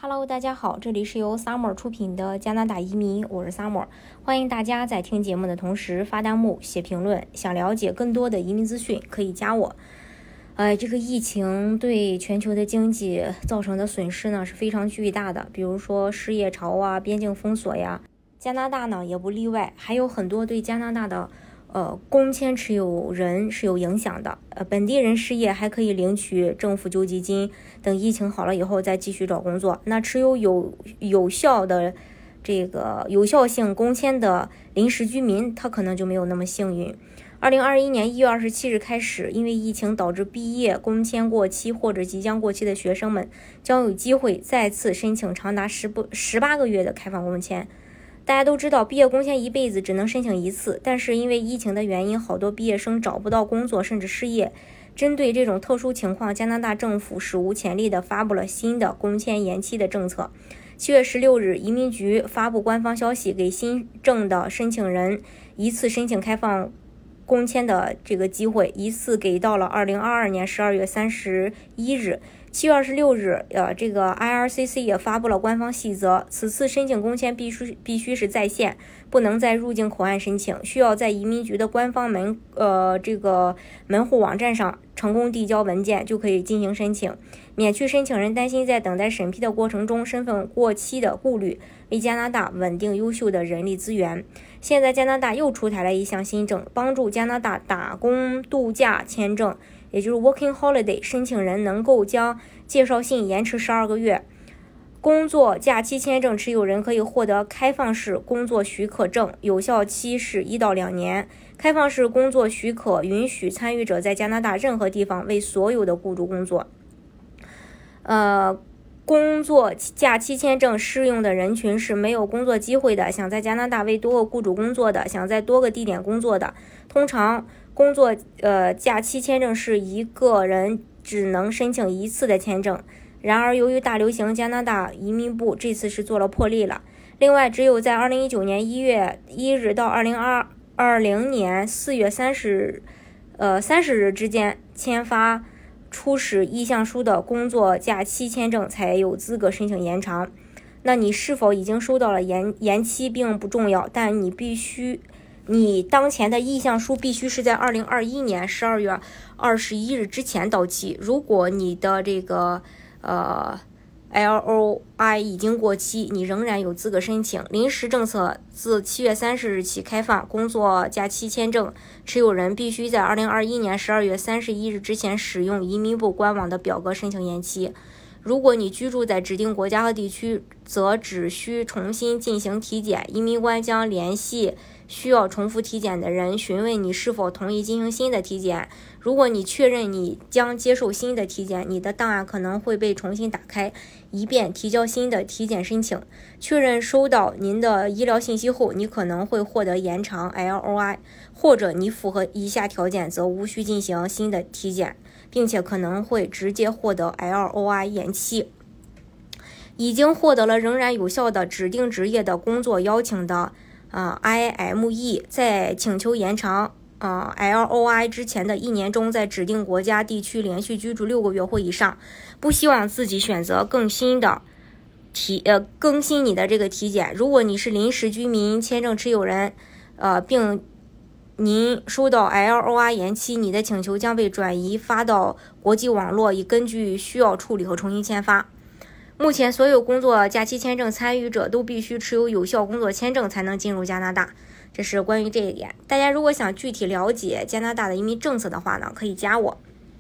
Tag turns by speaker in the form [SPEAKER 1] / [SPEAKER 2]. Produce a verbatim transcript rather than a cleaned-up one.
[SPEAKER 1] Hello， 大家好，这里是由 Summer 出品的加拿大移民，我是 Summer， 欢迎大家在听节目的同时发弹幕、写评论。想了解更多的移民资讯，可以加我。呃，这个疫情对全球的经济造成的损失呢是非常巨大的，比如说失业潮啊、边境封锁呀，加拿大呢也不例外，还有很多对加拿大的呃，工签持有人是有影响的。呃，本地人失业还可以领取政府救济金，等疫情好了以后再继续找工作。那持有有有效的这个有效性工签的临时居民，他可能就没有那么幸运。二零二一年一月二十七日开始，因为疫情导致毕业工签过期或者即将过期的学生们，将有机会再次申请长达十不十八个月的开放工签。大家都知道，毕业工签一辈子只能申请一次，但是因为疫情的原因，好多毕业生找不到工作，甚至失业。针对这种特殊情况，加拿大政府史无前例地发布了新的工签延期的政策。七月十六日，移民局发布官方消息，给新政的申请人一次申请开放工签的这个机会，一次给到了二零二二年十二月三十一日。七月二十六日，呃，这个 I R C C 也发布了官方细则，此次申请工签必须必须是在线，不能在入境口岸申请，需要在移民局的官方门呃这个门户网站上成功递交文件就可以进行申请，免去申请人担心在等待审批的过程中身份过期的顾虑，为加拿大稳定优秀的人力资源。现在加拿大又出台了一项新政，帮助加拿大打工度假签证，也就是 Working Holiday 申请人能够将介绍信延迟十二个月。工作假期签证持有人可以获得开放式工作许可证，有效期是一到两年。开放式工作许可允许参与者在加拿大任何地方为所有的雇主工作。呃，工作假期签证适用的人群是没有工作机会的，想在加拿大为多个雇主工作的，想在多个地点工作的。通常工作呃假期签证是一个人只能申请一次的签证。然而由于大流行，加拿大移民部这次是做了破例了。另外，只有在二零一九年一月一日到二零二零年四月三十呃三十日之间签发出示意向书的工作假期签证才有资格申请延长。那你是否已经收到了延延期并不重要，但你必须你当前的意向书必须是在二零二一年十二月二十一日之前到期。如果你的这个呃 L O I 已经过期，你仍然有资格申请。临时政策自七月三十日起开放，工作假期签证持有人必须在二零二一年十二月三十一日之前使用移民部官网的表格申请延期。如果你居住在指定国家和地区，则只需重新进行体检，移民官将联系需要重复体检的人，询问你是否同意进行新的体检。如果你确认你将接受新的体检，你的档案可能会被重新打开，以便提交新的体检申请。确认收到您的医疗信息后，你可能会获得延长 L O I， 或者你符合以下条件则无需进行新的体检，并且可能会直接获得 L O I 延期。已经获得了仍然有效的指定职业的工作邀请的啊、呃、I M E， 在请求延长啊、呃、L O I 之前的一年中，在指定国家地区连续居住六个月或以上，不希望自己选择更新的体呃更新你的这个体检。如果你是临时居民签证持有人，呃，并您收到 L O I 延期，你的请求将被转移发到国际网络，以根据需要处理和重新签发。目前所有工作假期签证参与者都必须持有有效工作签证才能进入加拿大，这是关于这一点。大家如果想具体了解加拿大的移民政策的话呢，可以加我。